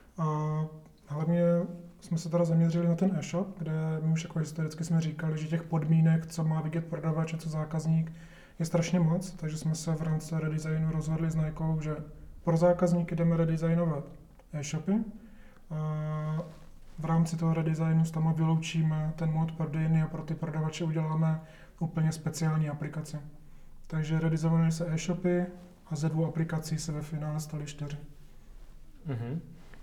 A hlavně jsme se teda zaměřili na ten e-shop, kde my už jako historicky jsme říkali, že těch podmínek, co má vidět prodavač a co zákazník, je strašně moc, takže jsme se v rámci redesignu rozhodli s Nikou, že pro zákazníky jdeme redesignovat e-shopy. A v rámci toho redesignu s tam vyloučíme ten mod prodejny a pro ty prodavače uděláme úplně speciální aplikaci. Takže redesignujeme se e-shopy a ze dvou aplikací se ve finále staly čtyři. Mm-hmm.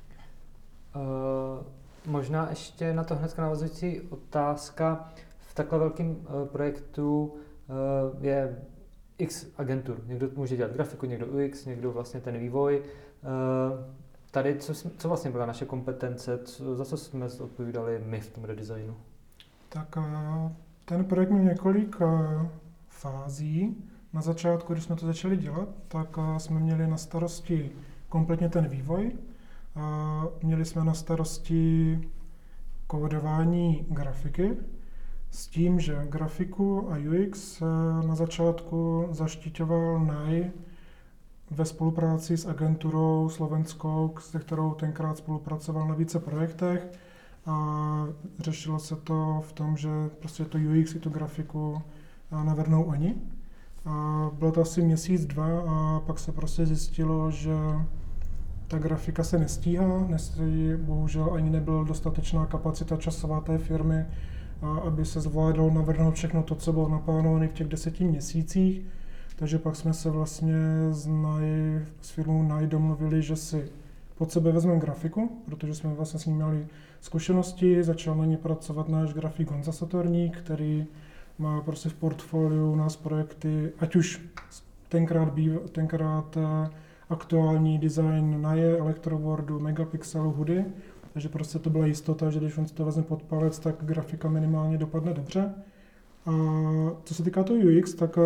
Uh, možná ještě na to hnedka navazující otázka. V takhle velkém uh, projektu uh, je x agentur. Někdo může dělat grafiku, někdo U X, někdo vlastně ten vývoj. Uh, tady co, co vlastně byla naše kompetence, co, za co jsme odpovídali my v tom redesignu? Tak uh, ten projekt měl několik uh, fází. Na začátku, když jsme to začali dělat, tak uh, jsme měli na starosti kompletně ten vývoj. Uh, měli jsme na starosti kódování grafiky s tím, že grafiku a U X uh, na začátku zaštiťoval N A I ve spolupráci s agenturou slovenskou, se kterou tenkrát spolupracoval na více projektech. A řešilo se to v tom, že prostě to U X i tu grafiku uh, navrhnou oni. A bylo to asi měsíc, dva a pak se prostě zjistilo, že ta grafika se nestíhá, nestí, bohužel ani nebyla dostatečná kapacita časová té firmy, a aby se zvládalo navrhnout všechno to, co bylo naplánované v těch deseti měsících. Takže pak jsme se vlastně s, Naj, s firmou Naj domluvili, že si pod sebe vezmeme grafiku, protože jsme vlastně s ním měli zkušenosti, začal na ní pracovat náš grafik Honza Satorník, který má prostě v portfoliu u nás projekty, ať už tenkrát, býv, tenkrát aktuální design Naje, Electroboardu, Megapixelu, Hoody, takže prostě to byla jistota, že když on si to vezme pod palec, tak grafika minimálně dopadne dobře. A co se týká toho U X, tak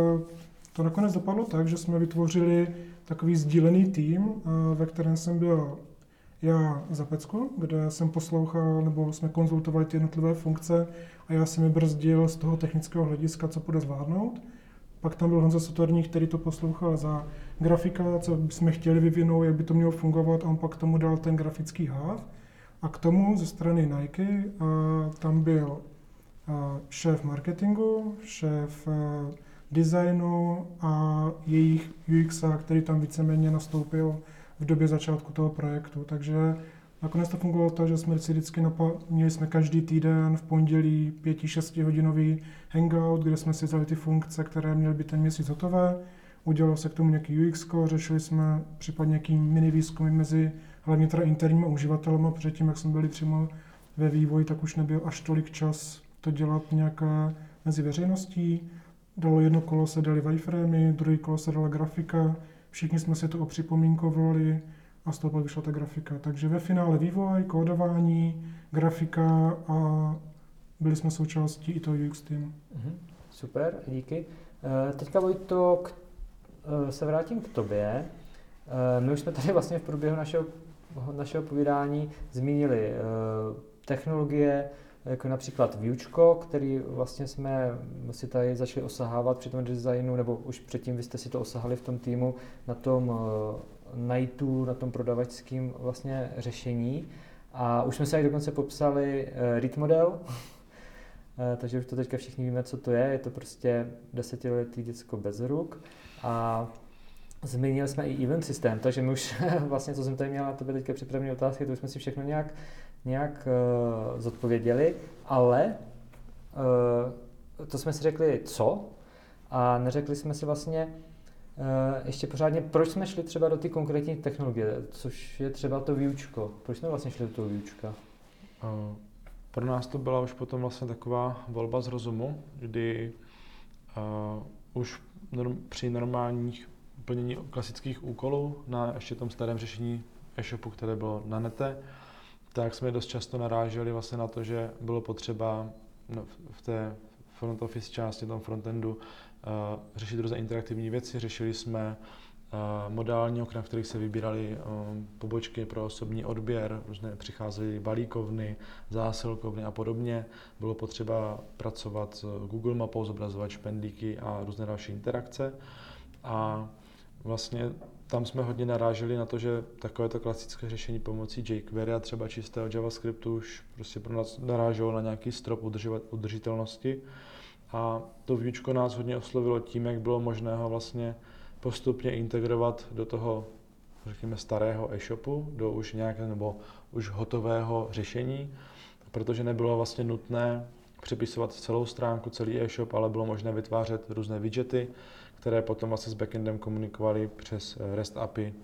to nakonec dopadlo tak, že jsme vytvořili takový sdílený tým, ve kterém jsem byl já za Pecku, kde jsem poslouchal, nebo jsme konzultovali ty jednotlivé funkce a já jsem je brzdil z toho technického hlediska, co půjde zvládnout. Pak tam byl Honza Satorník, který to poslouchal za grafika, co jsme chtěli vyvinout, jak by to mělo fungovat, a on pak tomu dal ten grafický háv. A k tomu ze strany Nike tam byl šéf marketingu, šéf designu a jejich U X, který tam víceméně nastoupil v době začátku toho projektu. Takže nakonec to fungovalo tak, že jsme si vždycky napa- měli jsme každý týden v pondělí pěti, šesti hodinový hangout, kde jsme si vzali ty funkce, které měly být ten měsíc hotové. Udělalo se k tomu nějaký U X, řešili jsme případně nějaký mini výzkumy mezi hlavně teda interníma uživatelema. Předtím, jak jsme byli přímo ve vývoji, tak už nebyl až tolik čas to dělat nějak mezi veřejností. Dalo jedno kolo se dali wireframey, druhý kolo se dala grafika, všichni jsme si to opřipomínkovali a z toho pak vyšla ta grafika. Takže ve finále vývoj, kódování, grafika a byli jsme součástí i toho U X týmu. Mm-hmm. Super, díky. Teďka, Vojto, k, se vrátím k tobě. My už jsme tady vlastně v průběhu našeho, našeho povídání zmínili technologie, jako například Vuečko, který vlastně jsme si tady začali osahávat při tom designu, nebo už předtím vy jste si to osahali v tom týmu, na tom Nightu, na tom prodavačském vlastně řešení. A už jsme si tady dokonce popsali read model, takže už to teďka všichni víme, co to je. Je to prostě desetiletý děcko bez ruk. A zmínili jsme i event systém, takže my už vlastně, co jsem tady měl na tebe teďka připravené otázky, to už jsme si všechno nějak, nějak uh, zodpověděli, ale uh, to jsme si řekli co a neřekli jsme si vlastně uh, ještě pořádně, proč jsme šli třeba do ty konkrétní technologie, což je třeba to Vuečko. Proč jsme vlastně šli do toho Vuečka? Uh, pro nás to byla už potom vlastně taková volba z rozumu, kdy uh, už norm, při normálních plnění klasických úkolů na ještě tom starém řešení e-shopu, které bylo na nete, tak jsme dost často naráželi vlastně na to, že bylo potřeba v té front office části, tom frontendu, uh, řešit různé interaktivní věci. Řešili jsme uh, modální okna, v kterých se vybíraly um, pobočky pro osobní odběr, různé přicházely balíkovny, zásilkovny a podobně. Bylo potřeba pracovat s Google mapou, zobrazovat špendlíky a různé další interakce. A vlastně tam jsme hodně naráželi na to, že takovéto klasické řešení pomocí jQuery a třeba čistého JavaScriptu už prostě pro nás naráželo na nějaký strop udržitelnosti. A to Vuečko nás hodně oslovilo tím, jak bylo možné ho vlastně postupně integrovat do toho, řekněme, starého e-shopu, do už nějakého nebo už hotového řešení, protože nebylo vlastně nutné přepisovat celou stránku, celý e-shop, ale bylo možné vytvářet různé widgety, které potom vlastně s backendem komunikovaly přes REST A P I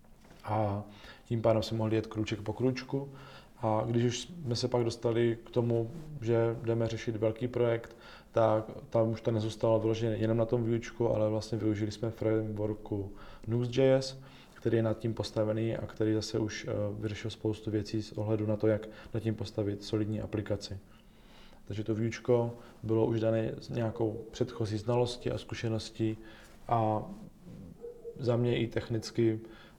a tím pádem se mohli jet krůček po krůčku. A když už jsme se pak dostali k tomu, že jdeme řešit velký projekt, tak tam už to nezůstalo vyloženě jenom na tom Vuečku, ale vlastně využili jsme frameworku Nuxt.js, který je nad tím postavený a který zase už vyřešil spoustu věcí z ohledu na to, jak nad tím postavit solidní aplikaci. Takže to Vuečko bylo už dané s nějakou předchozí znalostí a zkušeností a za mě i technicky,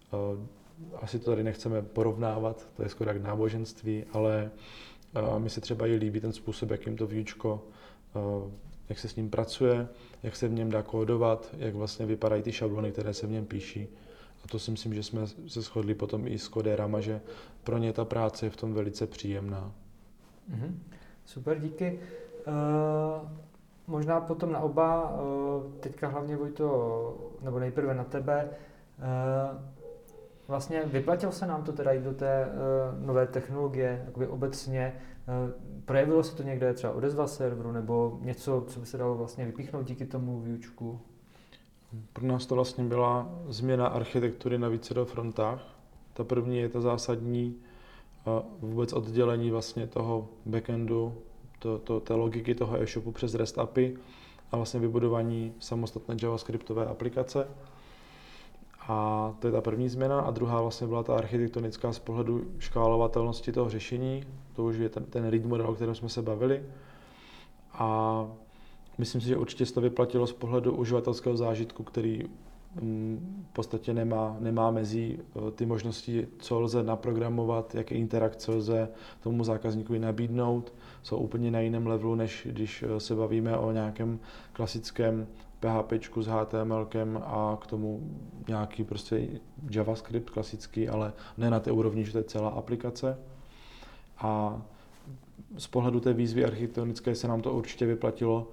uh, asi to tady nechceme porovnávat, to je skoro jak náboženství, ale uh, mi se třeba i líbí ten způsob, jakým to Vuečko, uh, jak se s ním pracuje, jak se v něm dá kódovat, jak vlastně vypadají ty šablony, které se v něm píší. A to si myslím, že jsme se shodli potom i s kodérama, že pro ně ta práce je v tom velice příjemná. Mm-hmm. Super, díky. Uh, možná potom na oba, uh, teďka hlavně Vojto, nebo nejprve na tebe. Uh, Vlastně vyplatilo se nám to teda jít do té uh, nové technologie, jakoby obecně. Uh, projevilo se to někde, třeba odezva serveru, nebo něco, co by se dalo vlastně vypíchnout díky tomu výučku? Pro nás to vlastně byla změna architektury na více frontách. Ta první je ta zásadní uh, vůbec oddělení vlastně toho backendu, to, to, té logiky toho e-shopu přes REST A P I a vlastně vybudování samostatné javascriptové aplikace. A to je ta první změna. A druhá vlastně byla ta architektonická z pohledu škálovatelnosti toho řešení. To už je ten, ten read model, o kterém jsme se bavili. A myslím si, že určitě se to vyplatilo z pohledu uživatelského zážitku, který v podstatě nemá, nemá mezí, ty možnosti, co lze naprogramovat, jaké interakce lze tomu zákazníkovi nabídnout, jsou úplně na jiném levelu, než když se bavíme o nějakém klasickém PHPčku s HTMLkem a k tomu nějaký prostě JavaScript klasický, ale ne na té úrovni, že to je celá aplikace. A z pohledu té výzvy architektonické se nám to určitě vyplatilo.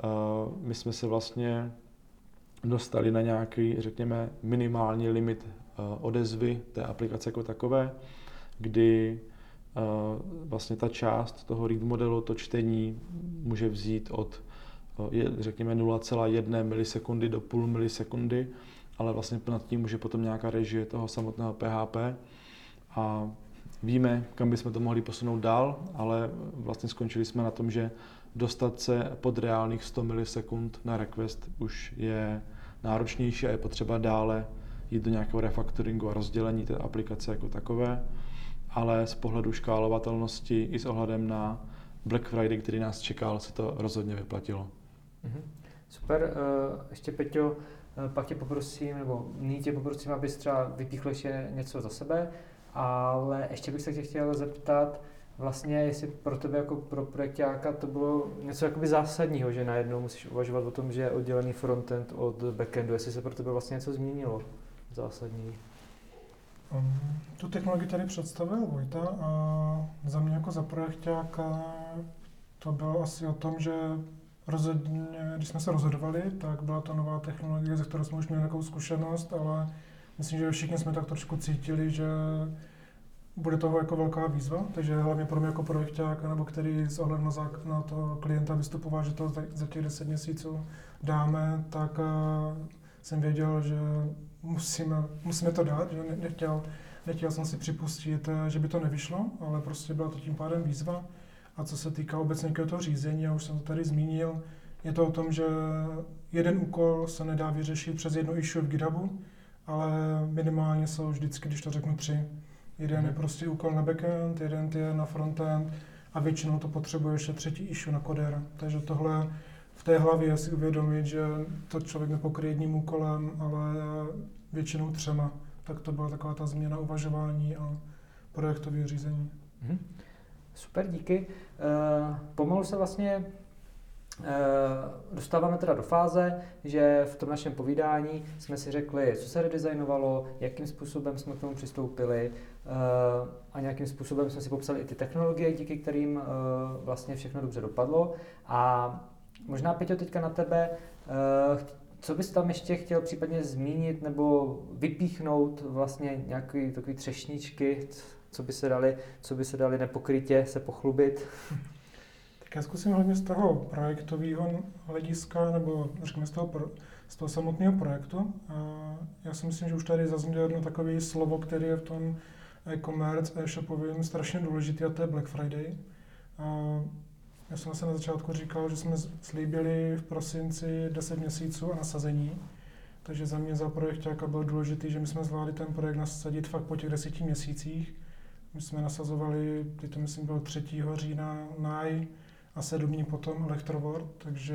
My jsme se vlastně dostali na nějaký, řekněme, minimální limit odezvy té aplikace jako takové, kdy vlastně ta část toho read modelu, to čtení, může vzít od, řekněme, nula celá jedna milisekundy do půl milisekundy, ale vlastně nad tím může potom nějaká režie toho samotného P H P. A víme, kam bychom to mohli posunout dál, ale vlastně skončili jsme na tom, že dostat se pod reálných sto milisekund na request už je náročnější a je potřeba dále jít do nějakého refactoringu a rozdělení té aplikace jako takové, ale z pohledu škálovatelnosti i s ohledem na Black Friday, který nás čekal, se to rozhodně vyplatilo. Super, ještě Peťo, pak tě poprosím, nebo nyní tě poprosím, abys třeba vypíchl ještě něco za sebe, ale ještě bych se tě chtěl zeptat, vlastně, jestli pro tebe jako pro projekťáka to bylo něco jakoby zásadního, že najednou musíš uvažovat o tom, že je oddělený frontend od backendu, jestli se pro tebe vlastně něco změnilo zásadní. Um, tu technologii tady představil Vojta a za mě jako za projekťáka to bylo asi o tom, že rozhodně, když jsme se rozhodovali, tak byla to nová technologie, ze kterou jsme už měli nějakou zkušenost, ale myslím, že všichni jsme tak trošku cítili, že bude toho jako velká výzva, takže hlavně pro mě jako projekťák, nebo který s ohledem na, zák- na toho klienta vystupoval, že to za, za těch deset měsíců dáme, tak uh, jsem věděl, že musíme, musíme to dát, že ne, nechtěl, nechtěl jsem si připustit, že by to nevyšlo, ale prostě byla to tím pádem výzva. A co se týká obecně toho řízení, já už jsem to tady zmínil, je to o tom, že jeden úkol se nedá vyřešit přes jedno issue v GitHubu, ale minimálně jsou vždycky, když to řeknu, tři. Jeden je prostě úkol na backend, jeden je na frontend a většinou to potřebuje ještě třetí issue na kodera. Takže tohle v té hlavě si uvědomit, že to člověk nepokryje jedním úkolem, ale většinou třema. Tak to byla taková ta změna uvažování a projektového řízení. Mm-hmm. Super, díky. Uh, pomalu se vlastně uh, dostáváme teda do fáze, že v tom našem povídání jsme si řekli, co se redesignovalo, jakým způsobem jsme k tomu přistoupili uh, a nějakým způsobem jsme si popsali i ty technologie, díky kterým uh, vlastně všechno dobře dopadlo. A možná, Peťo, teďka na tebe, uh, co bys tam ještě chtěl případně zmínit nebo vypíchnout vlastně nějaký takový třešničky, co by se dali, co by se dali nepokrytě se pochlubit? Tak já zkusím hlavně z toho projektového hlediska, nebo řekněme z toho, pro, z toho samotného projektu. A já si myslím, že už tady zaznělo jedno takové slovo, které je v tom e-commerce, e-shopovým strašně důležitý, a to je Black Friday. A já jsem se na začátku říkal, že jsme slíbili v prosinci deset měsíců a nasazení. Takže za mě za projekťáka bylo důležité, že my jsme zvládli ten projekt nasadit fakt po těch deseti měsících. My jsme nasazovali, teď to myslím bylo třetího října náj a sedm dní potom Electroworld, takže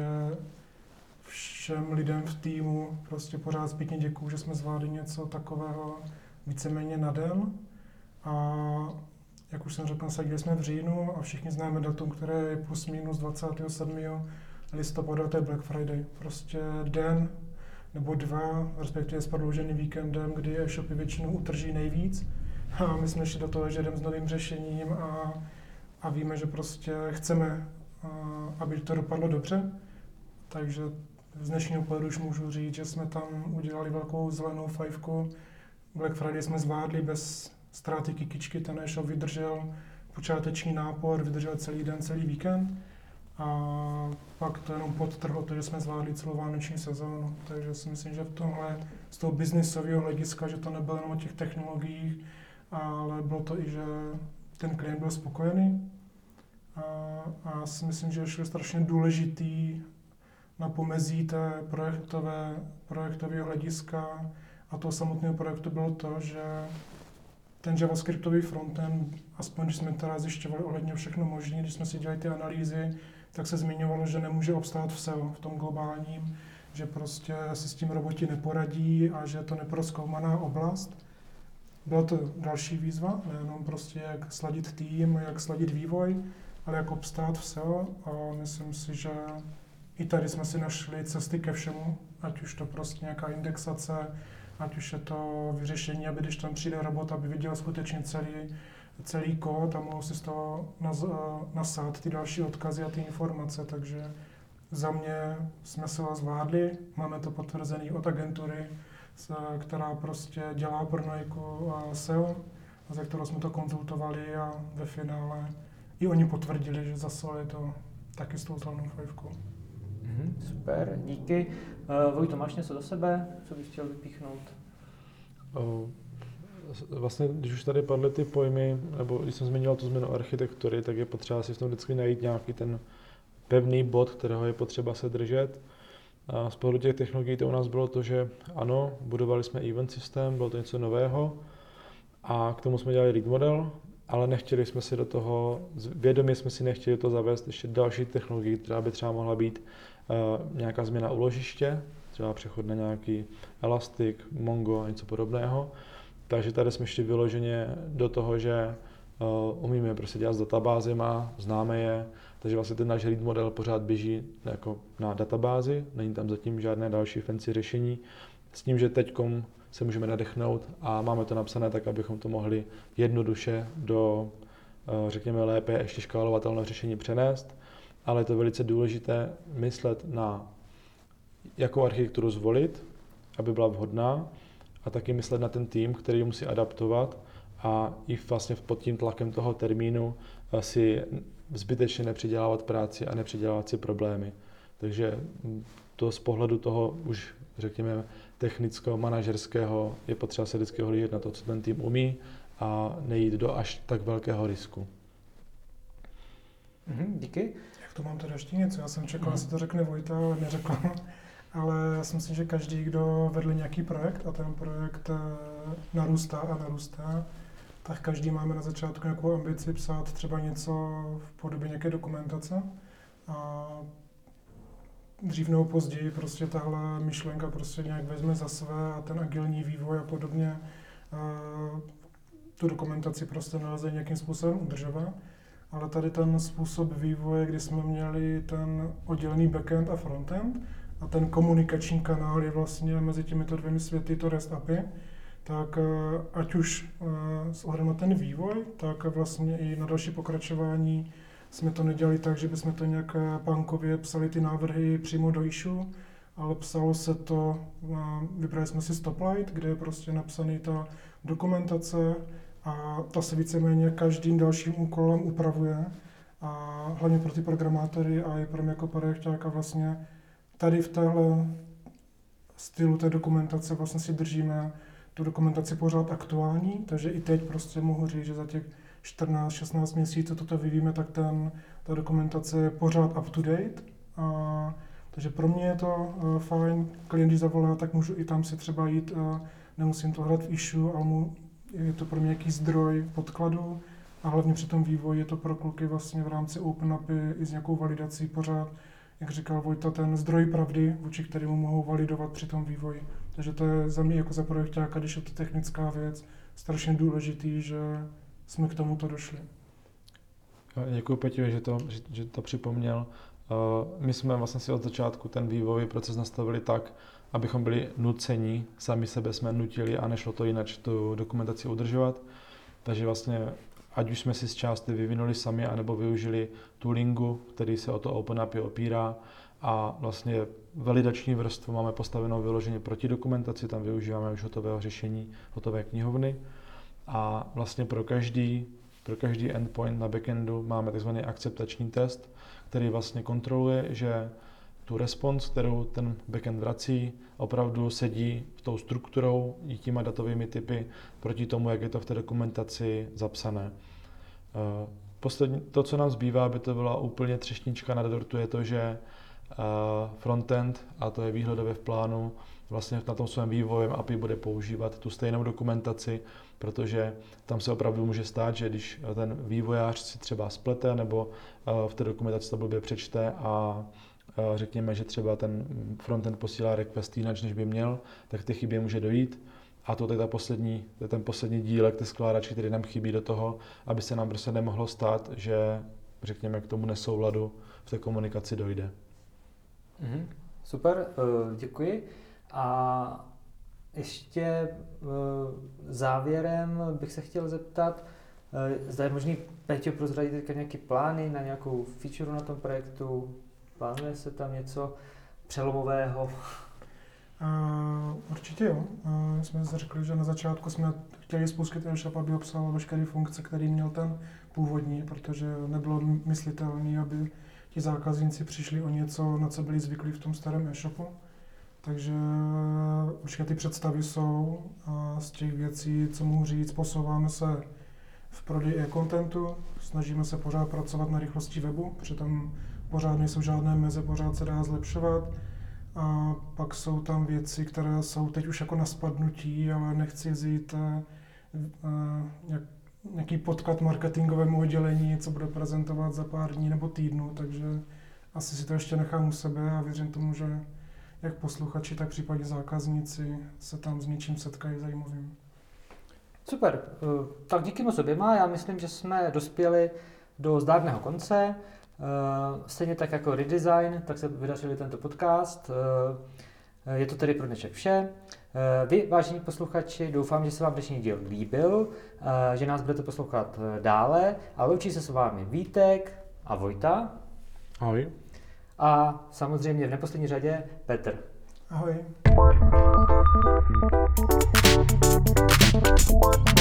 všem lidem v týmu prostě pořád zpětně děkuju, že jsme zvládli něco takového víceméně na den. A jak už jsem řekl, nasadili jsme v říjnu a všichni známe datum, které je plus minus dvacátého sedmého listopadu, to je Black Friday. Prostě den nebo dva, respektive s prodlouženým víkendem, kdy e-shopy většinou utrží nejvíc. A my jsme šli do toho, že jdeme s novým řešením a, a víme, že prostě chceme, a, aby to dopadlo dobře. Takže z dnešního pohledu už můžu říct, že jsme tam udělali velkou zelenou fajfku. Black Friday jsme zvládli bez ztráty kytičky, ten e-shop vydržel počáteční nápor, vydržel celý den, celý víkend. A pak to jenom podtrhlo to, že jsme zvládli celou vánoční sezónu. Takže si myslím, že v tomhle z toho biznisového hlediska, že to nebylo jenom o těch technologiích, ale bylo to i, že ten klient byl spokojený. A, a si myslím, že je strašně důležitý na pomezí té projektové, projektového hlediska a toho samotného projektu bylo to, že ten javascriptový frontend, aspoň když jsme teda zjišťovali ohledně všechno možné, když jsme si dělali ty analýzy, tak se zmiňovalo, že nemůže obstát v S E O, v tom globálním, že prostě si s tím roboti neporadí a že je to neprozkoumaná oblast. Byla to další výzva, nejenom prostě jak sladit tým, jak sladit vývoj, ale jak obstát v S E O a myslím si, že i tady jsme si našli cesty ke všemu, ať už to prostě nějaká indexace, ať už je to vyřešení, aby když tam přijde robot, aby viděl skutečně celý, celý kód a mohl si z toho naz, nasát ty další odkazy a ty informace, takže za mě jsme se ho zvládli, máme to potvrzený od agentury, která prostě dělá pro Nike a S E O, za kterou jsme to konzultovali a ve finále i oni potvrdili, že zaslali to taky s tou zelenou fajfkou. Mm, super, díky. Uh, Vojto, máš něco do sebe, co bys chtěl vypíchnout? Uh, vlastně, když už tady padly ty pojmy, nebo když jsem zmiňoval tu změnu architektury, tak je potřeba si v tom vždycky najít nějaký ten pevný bod, kterého je potřeba se držet. A z pohledu těch technologií to u nás bylo to, že ano, budovali jsme event systém, bylo to něco nového a k tomu jsme dělali read model, ale nechtěli jsme si do toho, vědomě jsme si nechtěli do toho zavést ještě další technologii, která by třeba mohla být uh, nějaká změna úložiště, třeba přechod na nějaký Elastic, Mongo a něco podobného. Takže tady jsme šli vyloženě do toho, že uh, umíme prostě dělat s databázema, známe je, takže vlastně ten náš read model pořád běží jako na databázi, není tam zatím žádné další fancy řešení, s tím, že teďkom se můžeme nadechnout a máme to napsané tak, abychom to mohli jednoduše do, řekněme, lépe ještě škálovatelného řešení přenést, ale je to velice důležité myslet na jakou architekturu zvolit, aby byla vhodná a taky myslet na ten tým, který musí adaptovat a i vlastně pod tím tlakem toho termínu si zbytečně nepřidělávat práci a nepřidělávat si problémy. Takže to z pohledu toho už, řekněme, technického, manažerského je potřeba se vždycky ohlížet na to, co ten tým umí a nejít do až tak velkého risku. Mm, díky. Jak to mám tady ještě něco? Já jsem čekal, mm. že to řekne Vojta, ale neřekl. Ale já si myslím, že každý, kdo vedl nějaký projekt a ten projekt narůstá a narůstá, tak každý máme na začátku nějakou ambici psát třeba něco v podobě nějaké dokumentace. A dřív nebo později prostě tahle myšlenka prostě nějak vezme za své a ten agilní vývoj a podobně uh, tu dokumentaci prostě nelze nějakým způsobem udržovat. Ale tady ten způsob vývoje, kdy jsme měli ten oddělený backend a frontend a ten komunikační kanál je vlastně mezi těmito dvěmi světy to REST A P I, tak uh, ať už uh, s ohledem na ten vývoj, tak vlastně i na další pokračování jsme to nedělali tak, že bychom to nějak punkově psali ty návrhy přímo do issue, ale psalo se to, vybrali jsme si Stoplight, kde je prostě napsaný ta dokumentace a ta se víceméně každým dalším úkolem upravuje. A hlavně pro ty programátory a i pro mě jako projekťáka vlastně tady v téhle stylu té dokumentace vlastně si držíme tu dokumentaci pořád aktuální, takže i teď prostě mohu říct, že za těch čtrnáct šestnáct měsíců toto vyvíjíme, tak ten, ta dokumentace je pořád up to date. A, takže pro mě je to uh, fajn, klient když zavolá, tak můžu i tam si třeba jít, uh, nemusím to hrát v issue, ale mu, je to pro mě nějaký zdroj podkladu a hlavně při tom vývoji je to pro kluky vlastně v rámci Open A P I i s nějakou validací pořád, jak říkal Vojta, ten zdroj pravdy, vůči kterému mohou validovat při tom vývoji. Takže to je za mě jako za projekťáka, když je to technická věc, strašně důležitý, že jsme k tomuto došli. Děkuji, Peťo, že to, že, že to připomněl. Uh, my jsme vlastně si od začátku ten vývojový proces nastavili tak, abychom byli nuceni, sami sebe jsme nutili a nešlo to jinak tu dokumentaci udržovat. Takže vlastně, ať už jsme si z části vyvinuli sami, anebo využili toolingu, který se o to Open A P I opírá, a vlastně validační vrstvu máme postavenou vyloženě proti dokumentaci, tam využíváme už hotového řešení, hotové knihovny a vlastně pro každý, pro každý endpoint na backendu máme tzv. Akceptační test, který vlastně kontroluje, že tu response, kterou ten backend vrací, opravdu sedí s tou strukturou i těma datovými typy proti tomu, jak je to v té dokumentaci zapsané. Poslední, to, co nám zbývá, aby to byla úplně třešnička na dortu, je to, že frontend, a to je výhledově v plánu, vlastně na tom svém vývojem A P I bude používat tu stejnou dokumentaci, protože tam se opravdu může stát, že když ten vývojář si třeba splete nebo v té dokumentaci to blbě přečte a řekněme, že třeba ten frontend posílá request jinak, než by měl, tak ty chybě může dojít. A to je, ta poslední, to je ten poslední dílek té skládačky, který nám chybí do toho, aby se nám prostě nemohlo stát, že řekněme k tomu nesouladu v té komunikaci dojde. Mm-hmm. Super, děkuji. A ještě závěrem bych se chtěl zeptat, zda je možný, Péťo, prozradit teďka nějaké plány na nějakou feature na tom projektu? Plánuje se tam něco přelomového? Uh, určitě jo. Uh, jsme si řekli, že na začátku jsme chtěli spustit e-shop, aby obsahoval veškeré funkce, který měl ten původní, protože nebylo myslitelné, aby ti zákazníci přišli o něco, na co byli zvyklí v tom starém e-shopu. Takže určitě ty představy jsou a z těch věcí, co mohu říct, posouváme se v prodeji e-contentu, snažíme se pořád pracovat na rychlosti webu, protože tam pořád nejsou žádné meze, pořád se dá zlepšovat. A pak jsou tam věci, které jsou teď už jako na spadnutí, ale nechci vzít uh, uh, nějaký podklad marketingovému oddělení, co bude prezentovat za pár dní nebo týdnů, takže asi si to ještě nechám u sebe a věřím tomu, že jak posluchači, tak případně zákazníci se tam s něčím setkají zajímavým. Super, tak díky moc oběma. Já myslím, že jsme dospěli do zdárného konce. Stejně tak jako redesign, tak se vydařili tento podcast. Je to tedy pro dnešek vše. Vy, vážení posluchači, doufám, že se vám dnešní díl líbil, že nás budete poslouchat dále a loučí se s vámi Vítek a Vojta. Ahoj. A samozřejmě v neposlední řadě Petr. Ahoj.